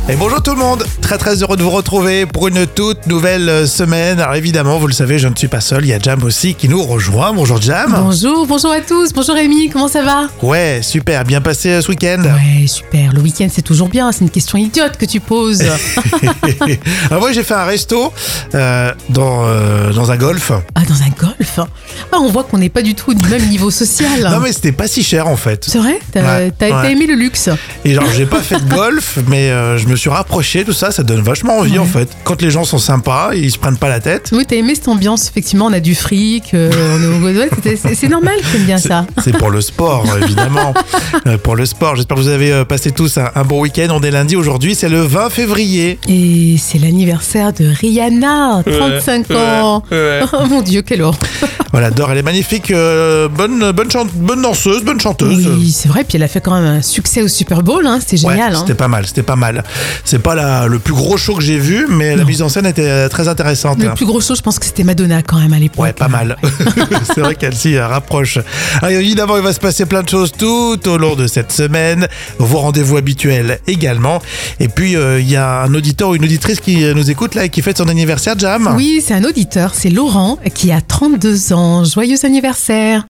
Et bonjour tout le monde, très heureux de vous retrouver pour une toute nouvelle semaine. Alors évidemment, vous le savez, je ne suis pas seul, il y a Jam aussi qui nous rejoint. Bonjour Jam. Bonjour à tous, bonjour Rémi, comment ça va? Ouais, super, bien passé ce week-end. Ouais, super, le week-end c'est toujours bien, c'est une question idiote que tu poses. Alors moi j'ai fait un resto dans un golf. Ah, dans un golf? Ah, on voit qu'on n'est pas du tout du même niveau social. Non mais c'était pas si cher en fait. C'est vrai? T'as aimé le luxe? Et genre j'ai pas fait de golf, mais je me suis rapproché, tout ça, ça donne vachement envie en fait. Quand les gens sont sympas, ils se prennent pas la tête. Oui, t'as aimé cette ambiance, effectivement, on a du fric, on est au Godouet, c'est normal que t'aimes bien ça. C'est pour le sport, évidemment. Pour le sport, j'espère que vous avez passé tous un bon week-end. On est lundi aujourd'hui, c'est le 20 février. Et c'est l'anniversaire de Rihanna, 35 ans. Ouais. Oh mon Dieu, quelle horreur. Voilà, adore, elle est magnifique, bonne danseuse, bonne chanteuse. Oui, c'est vrai, puis elle a fait quand même un succès au Super Bowl, hein, c'était génial. Ouais, c'était pas mal. C'est pas le plus gros show que j'ai vu, mais la mise en scène était très intéressante. Le plus gros show, je pense que c'était Madonna quand même à l'époque. Ouais, pas mal. C'est vrai qu'elle s'y rapproche. Alors, évidemment, il va se passer plein de choses tout au long de cette semaine. Vos rendez-vous habituels également. Et puis, il y a un auditeur ou une auditrice qui nous écoute là et qui fête son anniversaire, Jam. Oui, c'est un auditeur, c'est Laurent qui a 32 ans. Joyeux anniversaire.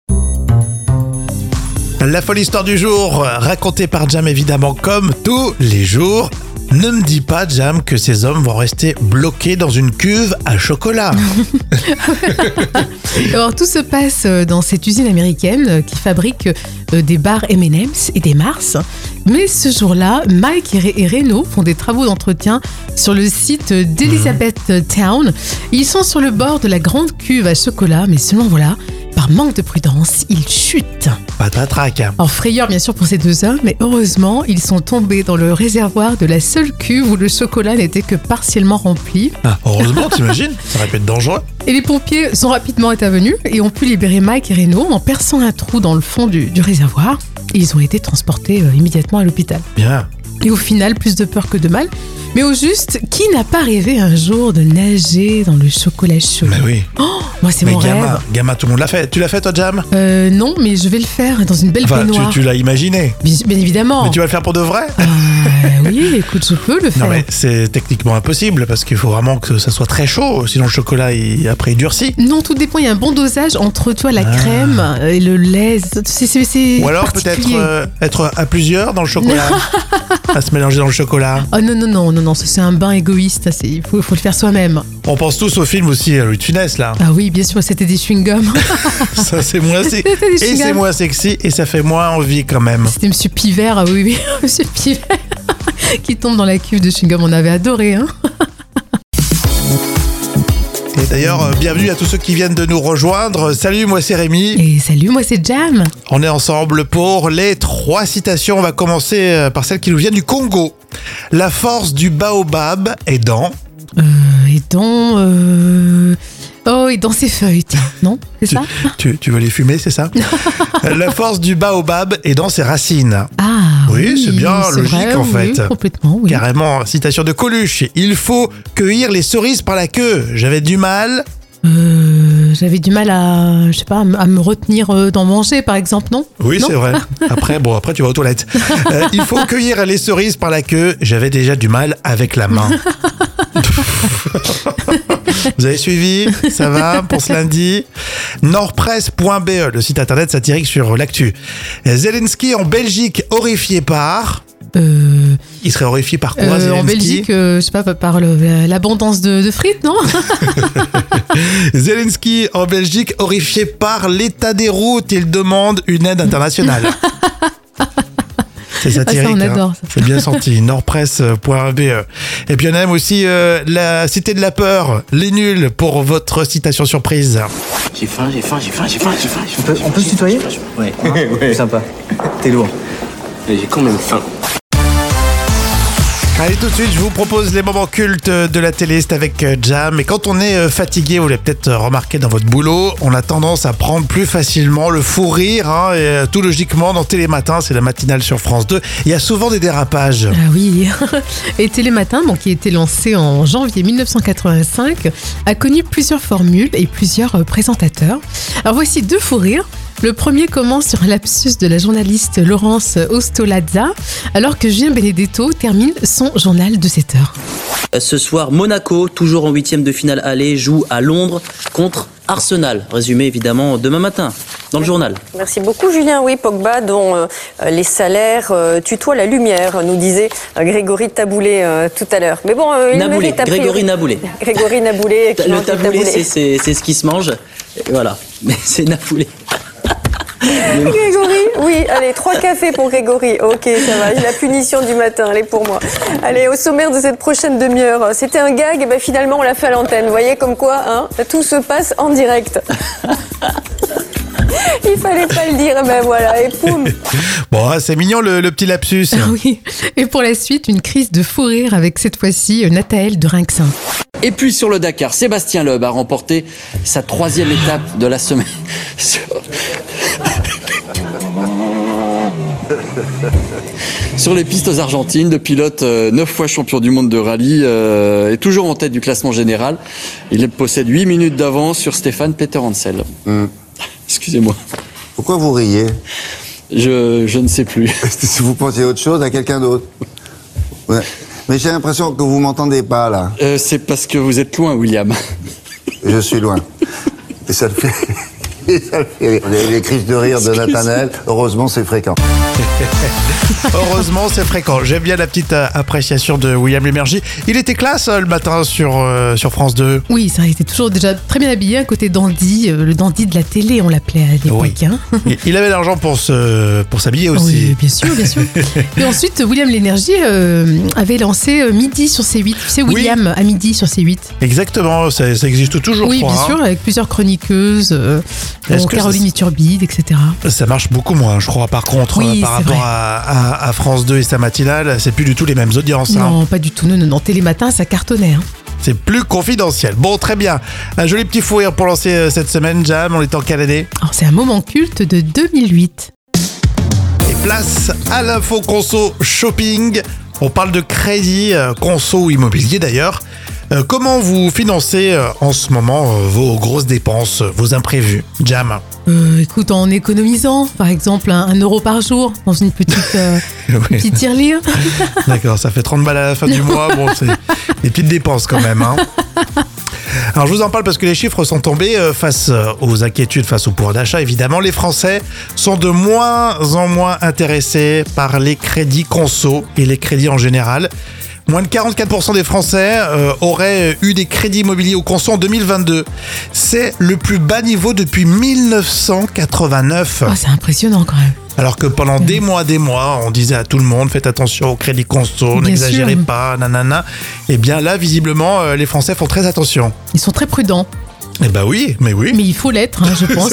La folle histoire du jour, racontée par Jam évidemment comme tous les jours. Ne me dis pas, Jam, que ces hommes vont rester bloqués dans une cuve à chocolat. Alors, tout se passe dans cette usine américaine qui fabrique des barres M&M's et des Mars. Mais ce jour-là, Mike et Reno font des travaux d'entretien sur le site d'Elizabeth Town. Ils sont sur le bord de la grande cuve à chocolat, mais seulement voilà, par manque de prudence, ils chutent. Patatrac. Alors, frayeur bien sûr pour ces deux hommes, mais heureusement, ils sont tombés dans le réservoir de la seule cuve où le chocolat n'était que partiellement rempli. Ah, heureusement, t'imagines? Ça aurait pu être dangereux. Et les pompiers sont rapidement intervenus et ont pu libérer Mike et Reno en perçant un trou dans le fond du réservoir. Et ils ont été transportés immédiatement à l'hôpital. Bien. Et au final, plus de peur que de mal. Mais au juste, qui n'a pas rêvé un jour de nager dans le chocolat chaud? Mais oui. Oh, moi, c'est mon rêve. Gamin, tout le monde l'a fait. Tu l'as fait, toi, Jam? Non, mais je vais le faire dans une belle baignoire. Tu l'as imaginé. Bien évidemment. Mais tu vas le faire pour de vrai? Oui, écoute, je peux le faire. Non, mais c'est techniquement impossible parce qu'il faut vraiment que ça soit très chaud. Sinon, le chocolat, après, il durcit. Non, tout dépend. Il y a un bon dosage entre toi, la crème et le lait. C'est Ou alors peut-être être à plusieurs dans le chocolat. À se mélanger dans le chocolat. Oh non, c'est un bain égoïste. Il faut le faire soi-même. On pense tous au film aussi, Louis de Funès, là. Ah oui, bien sûr, c'était des chewing-gums. Ça, c'est moins sexy. Et c'est moins sexy et ça fait moins envie quand même. C'était Monsieur Pivert, ah oui, Monsieur Pivert, qui tombe dans la cuve de chewing-gum. On avait adoré, hein. Et d'ailleurs, bienvenue à tous ceux qui viennent de nous rejoindre. Salut, moi c'est Rémi. Et salut, moi c'est Jam. On est ensemble pour les 3 citations. On va commencer par celle qui nous vient du Congo. La force du baobab est dans... et dans ses feuilles, tiens, non? C'est ça? Tu veux les fumer, c'est ça? La force du baobab est dans ses racines. Ah oui, c'est bien logique vrai, en fait. Oui, complètement, oui. Carrément, citation de Coluche. Il faut cueillir les cerises par la queue. J'avais du mal à, je sais pas, à me retenir d'en manger, par exemple, non? Oui, non, c'est vrai. Après, tu vas aux toilettes. Il faut cueillir les cerises par la queue. J'avais déjà du mal avec la main. Vous avez suivi? Ça va pour ce lundi? Nordpresse.be, le site internet satirique sur l'actu. Zelensky en Belgique horrifié par... Il serait horrifié par quoi, Zelensky? En Belgique, je sais pas, par l'abondance de frites, non? Zelensky en Belgique horrifié par l'état des routes. Il demande une aide internationale. C'est satirique, ça, on adore, ça. C'est bien sorti. Nordpresse.be. Et puis on aime aussi la Cité de la Peur, les nuls, pour votre citation surprise. J'ai faim. On peut se tutoyer? Ouais. Ouais. Sympa. T'es lourd. Mais j'ai quand même faim. Allez, tout de suite, je vous propose les moments cultes de la télé, c'est avec Jam. Et quand on est fatigué, vous l'avez peut-être remarqué dans votre boulot, on a tendance à prendre plus facilement le fou rire. Et tout logiquement, dans Télématin, c'est la matinale sur France 2, il y a souvent des dérapages. Ah oui. Et Télématin, qui a été lancé en janvier 1985, a connu plusieurs formules et plusieurs présentateurs. Alors voici 2 fous rires. Le premier commence sur un lapsus de la journaliste Laurence Ostolazza, alors que Julien Benedetto termine son journal de 7 heures. Ce soir, Monaco, toujours en 8e de finale aller, joue à Londres contre Arsenal. Résumé évidemment demain matin dans le journal. Merci beaucoup Julien. Oui, Pogba dont les salaires tutoient la lumière, nous disait Grégory Taboulé tout à l'heure. Mais bon, Naboulé, Grégory Naboulé. Grégory Naboulé. Le taboulé, c'est ce qui se mange. Et voilà, mais c'est Naboulé. Grégory, oui, allez, 3 cafés pour Grégory. Ok, ça va, la punition du matin, elle est pour moi. Allez, au sommaire de cette prochaine demi-heure, c'était un gag, et ben finalement on l'a fait à l'antenne. Vous voyez comme quoi, hein, tout se passe en direct. Il fallait pas le dire, ben voilà, et poum. Bon, c'est mignon le petit lapsus. Ah oui, et pour la suite, une crise de fou rire avec cette fois-ci Nathaël de Rinxin. Et puis sur le Dakar, Sébastien Loeb a remporté sa 3e étape de la semaine. Sur les pistes argentines, le pilote 9 fois champion du monde de rallye est toujours en tête du classement général. Il possède 8 minutes d'avance sur Stéphane Peter Hansel. Excusez-moi. Pourquoi vous riez? Je ne sais plus. Si vous pensiez autre chose, à quelqu'un d'autre. Ouais. Mais j'ai l'impression que vous m'entendez pas, là. C'est parce que vous êtes loin, William. Je suis loin. Et ça le fait... Ça le fait rire. Les crises de rire de Nathanaël, heureusement, c'est fréquent. Heureusement, c'est fréquent. J'aime bien la petite appréciation de William Lémergie. Il était classe le matin sur France 2. Oui, ça, il était toujours déjà très bien habillé, à côté dandy, le dandy de la télé, on l'appelait à l'époque. Oui. Hein. Il avait l'argent pour s'habiller aussi. Oui, bien sûr, bien sûr. Et ensuite, William Lémergie avait lancé Midi sur C8. Tu sais, William à midi sur C8. Exactement, ça existe toujours, oui, je crois. Oui, bien sûr, avec plusieurs chroniqueuses, Caroline Iturbide, etc. Ça marche beaucoup moins, je crois, par contre, oui, par rapport à France 2 et sa matinale, c'est plus du tout les mêmes audiences. Non, pas du tout. Non. Télématin, ça cartonnait. Hein. C'est plus confidentiel. Bon, très bien. Un joli petit fou rire pour lancer cette semaine, Jam. On est en quelle année ? Alors, c'est un moment culte de 2008. Et place à l'info conso shopping. On parle de crédit conso ou immobilier d'ailleurs. Comment vous financez en ce moment vos grosses dépenses, vos imprévus, Jam ? Écoute, en économisant, par exemple, 1 euro par jour dans une petite, petite tirelire. D'accord, ça fait 30 balles à la fin du mois. Bon, c'est des petites dépenses quand même. Hein. Alors, je vous en parle parce que les chiffres sont tombés face aux inquiétudes, face au pouvoir d'achat. Évidemment, les Français sont de moins en moins intéressés par les crédits conso et les crédits en général. Moins de 44% des Français auraient eu des crédits immobiliers au conso en 2022. C'est le plus bas niveau depuis 1989. Oh, c'est impressionnant quand même. Alors que pendant des mois, on disait à tout le monde, faites attention au crédit conso, n'exagérez pas, nanana. Et bien là, visiblement, les Français font très attention. Ils sont très prudents. Eh ben oui, mais oui. Mais il faut l'être, hein, je pense.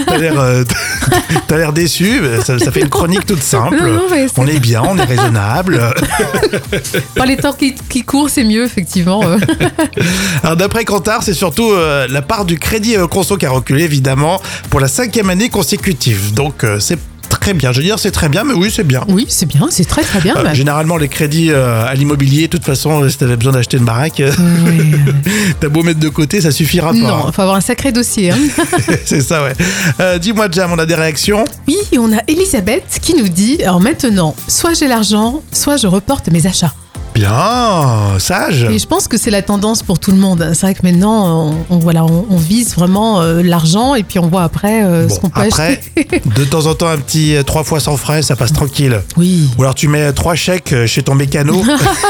T'as l'air déçu, ça fait une chronique toute simple. Non, on est bien, on est raisonnable. Par les temps qui courent, c'est mieux, effectivement. Alors d'après Kantar, c'est surtout la part du crédit conso qui a reculé, évidemment, pour la 5e année consécutive. Donc c'est très bien. Je veux dire, c'est très bien, mais oui, c'est bien. Oui, c'est bien, c'est très très bien. Généralement, les crédits à l'immobilier, de toute façon, si t'avais besoin d'acheter une baraque, t'as beau mettre de côté, ça suffira pas. Non, il faut avoir un sacré dossier. Hein. C'est ça, ouais. Dis-moi, Jam, on a des réactions ? Oui, on a Elisabeth qui nous dit, alors maintenant, soit j'ai l'argent, soit je reporte mes achats. Bien, sage. Et je pense que c'est la tendance pour tout le monde. C'est vrai que maintenant, on vise vraiment l'argent et puis on voit après ce qu'on peut acheter. De temps en temps, un petit 3 fois sans frais, ça passe tranquille. Oui. Ou alors tu mets 3 chèques chez ton mécano.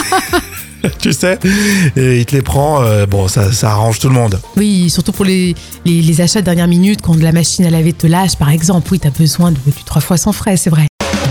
Tu sais, et il te les prend, bon, ça arrange tout le monde. Oui, surtout pour les achats de dernière minute, quand la machine à laver te lâche, par exemple. Oui, t'as besoin du 3 fois sans frais, c'est vrai.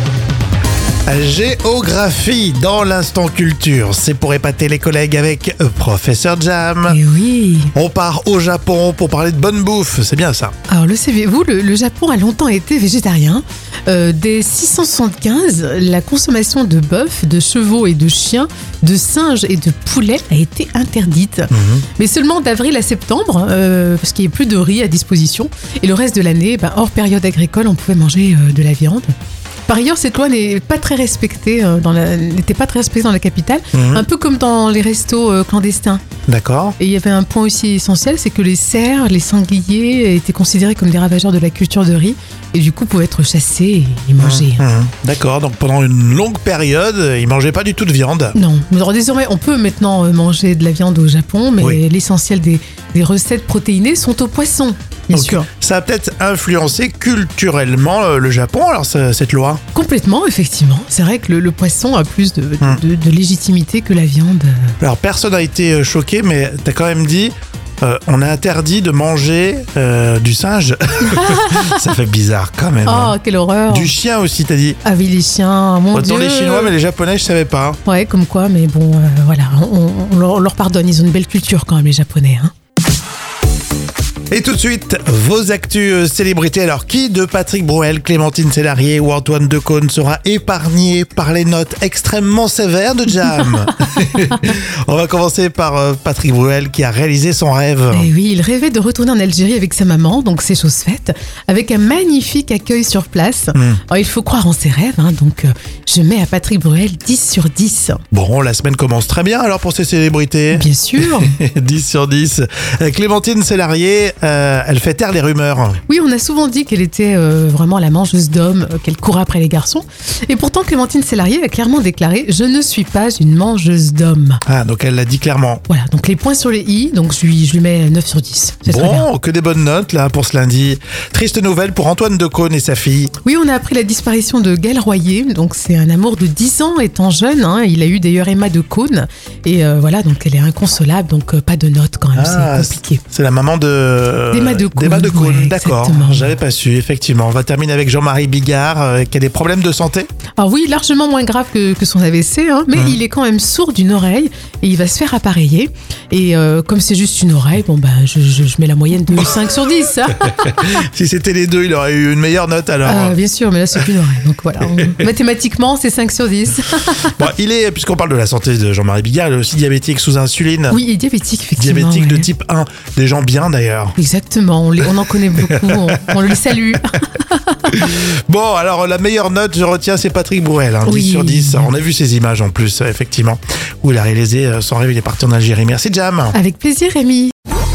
Géographie dans l'instant culture, c'est pour épater les collègues avec Professeur Jam. Et oui. On part au Japon pour parler de bonne bouffe, c'est bien ça. Alors le savez-vous, le Japon a longtemps été végétarien. Dès 675, la consommation de bœuf, de chevaux et de chiens, de singes et de poulets a été interdite. Mais seulement d'avril à septembre, parce qu'il n'y a plus de riz à disposition. Et le reste de l'année, hors période agricole, on pouvait manger de la viande. Par ailleurs, cette loi n'est pas très respectée n'était pas très respectée dans la capitale, un peu comme dans les restos clandestins. D'accord. Et il y avait un point aussi essentiel, c'est que les cerfs, les sangliers étaient considérés comme des ravageurs de la culture de riz et du coup pouvaient être chassés et mangés. D'accord, donc pendant une longue période, ils mangeaient pas du tout de viande. Non, alors désormais on peut maintenant manger de la viande au Japon, mais Oui. l'essentiel des recettes protéinées sont au poisson, bien Donc, sûr. ça a peut-être influencé culturellement le Japon, alors cette loi. Complètement, effectivement. C'est vrai que le poisson a plus de légitimité que la viande. Alors personne n'a été choqué, mais t'as quand même dit... on a interdit de manger du singe. Ça fait bizarre quand même. Oh, quelle horreur! Du chien aussi, t'as dit. Ah oui, les chiens, mon Autant Dieu! les Chinois, mais les Japonais, je savais pas. Ouais, comme quoi, mais bon, voilà, on leur pardonne. Ils ont une belle culture quand même, les Japonais. Hein. Et tout de suite, vos actus célébrités. Alors, qui de Patrick Bruel, Clémentine Célarié ou Antoine Decaune sera épargné par les notes extrêmement sévères de Jam? On va commencer par Patrick Bruel qui a réalisé son rêve. Et oui, il rêvait de retourner en Algérie avec sa maman, donc c'est chose faite, avec un magnifique accueil sur place. Alors, il faut croire en ses rêves, hein, donc je mets à Patrick Bruel 10 sur 10. Bon, la semaine commence très bien alors pour ces célébrités. Bien sûr. 10 sur 10. Clémentine Célarié, elle fait taire les rumeurs. Oui, on a souvent dit qu'elle était vraiment la mangeuse d'hommes, qu'elle courait après les garçons. Et pourtant, Clémentine Célarié a clairement déclaré « Je ne suis pas une mangeuse d'hommes Ah, donc elle l'a dit clairement. ». Voilà, donc les points sur les i, donc je lui mets 9 sur 10. C'est très bien. Bon, que des bonnes notes là pour ce lundi. Triste nouvelle pour Antoine Decaune et sa fille. Oui, on a appris la disparition de Gaël Royer. Donc c'est un amour de 10 ans étant jeune. Hein. Il a eu d'ailleurs Emma Decaune. Et voilà, donc elle est inconsolable. Donc pas de notes quand même, c'est compliqué. C'est la maman D'Emma Decaune. Decaune, Ouais, d'accord. exactement. J'avais pas su, effectivement. On va terminer avec Jean-Marie Bigard qui a des problèmes de santé. Alors oui, largement moins grave que son AVC, hein, mais il est quand même sourd d'une oreille et il va se faire appareiller. Et comme c'est juste une oreille, bon ben je mets la moyenne de 5 sur 10. Si c'était les deux, il aurait eu une meilleure note alors. Bien sûr, mais là c'est qu'une oreille. Donc voilà, mathématiquement c'est 5 sur 10. Bon, puisqu'on parle de la santé de Jean-Marie Bigard, il est aussi diabétique sous insuline. Oui, il est diabétique, effectivement. Diabétique de ouais. type 1. Des gens bien d'ailleurs. Exactement, on en connaît beaucoup, on les salue. Bon, alors la meilleure note, je retiens, c'est Patrick Bruel, 10 Oui. sur 10. On a vu ces images en plus, effectivement, où il a réalisé son rêve, il est parti en Algérie. Merci Jam. Avec plaisir, Rémi.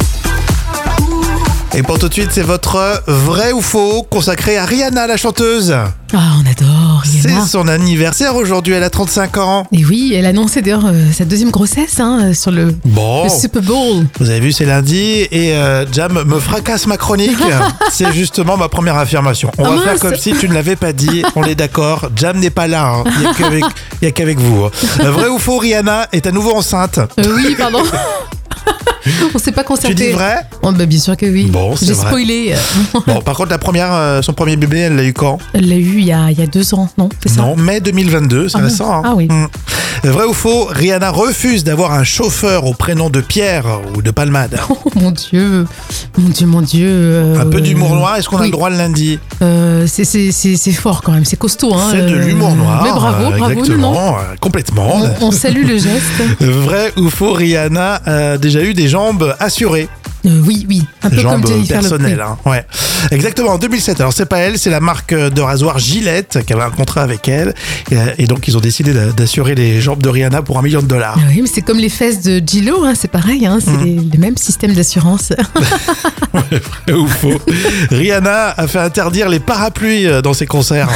Et pour tout de suite, c'est votre vrai ou faux consacré à Rihanna, la chanteuse. Ah, on adore Rihanna. C'est son anniversaire aujourd'hui, elle a 35 ans. Et oui, elle a annoncé d'ailleurs sa deuxième grossesse hein, sur le Super Bowl. Vous avez vu, c'est lundi et Jam me fracasse ma chronique. C'est justement ma première affirmation. On va faire comme si tu ne l'avais pas dit. On est d'accord. Jam n'est pas là. Hein. Il n'y a qu'avec vous. Vrai ou faux, Rihanna est à nouveau enceinte. Oui, pardon. On s'est pas concerté. Tu dis vrai? Oh, bah, bien sûr que oui. Bon, c'est J'ai vrai. spoilé. Bon, par contre, son premier bébé, elle l'a eu quand? Elle l'a eu il y a 2 ans, non? C'est ça? Non, mai 2022, c'est récent. Hein. Ah oui. Vrai ou faux, Rihanna refuse d'avoir un chauffeur au prénom de Pierre ou de Palmade. Oh mon Dieu. Mon Dieu. Un peu d'humour noir, est-ce qu'on a le droit le lundi? C'est fort quand même, c'est costaud. Hein, c'est de l'humour noir. Mais bravo, exactement, non complètement. On salue le geste. Vrai ou faux, Rihanna a déjà eu des jambes assurées. Oui, un peu jambes comme Jennifer personnelles. Lopez. Hein, ouais. Exactement, en 2007. Alors, c'est pas elle, c'est la marque de rasoir Gillette qui avait un contrat avec elle. Et donc, ils ont décidé d'assurer les jambes de Rihanna pour $1 million. Oui, mais c'est comme les fesses de J-Lo, hein, c'est pareil, hein, c'est les mêmes systèmes d'assurance. Vrai ou faux, Rihanna a fait interdire les parapluies dans ses concerts.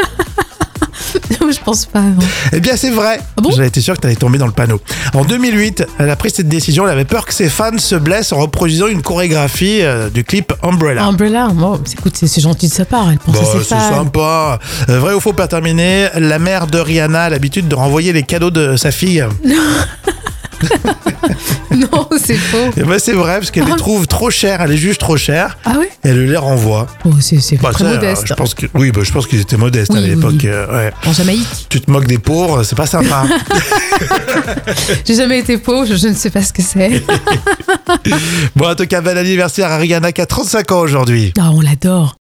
Je pense pas. Non. Eh bien, c'est vrai. Ah bon? J'avais été sûr que tu allais tomber dans le panneau. En 2008, elle a pris cette décision. Elle avait peur que ses fans se blessent en reproduisant une chorégraphie du clip Umbrella. Umbrella, bon, écoute, c'est gentil de sa part. Elle pense à ses C'est fans. sympa. Vrai ou faux, pour terminer, la mère de Rihanna a l'habitude de renvoyer les cadeaux de sa fille. Non, c'est faux. Et ben, c'est vrai, parce qu'elle les trouve trop chères. Elle les juge trop chères. Ah oui? Et elle les renvoie. Oh, c'est Bah, très ça, modeste. je pense qu'ils étaient modestes à Oui, l'époque. oui. Ouais. En Jamaïque. Tu te moques des pauvres, c'est pas sympa. J'ai jamais été pauvre, je ne sais pas ce que c'est. Bon, en tout cas, bel anniversaire à Rihanna qui a 35 ans aujourd'hui. Ah, on l'adore.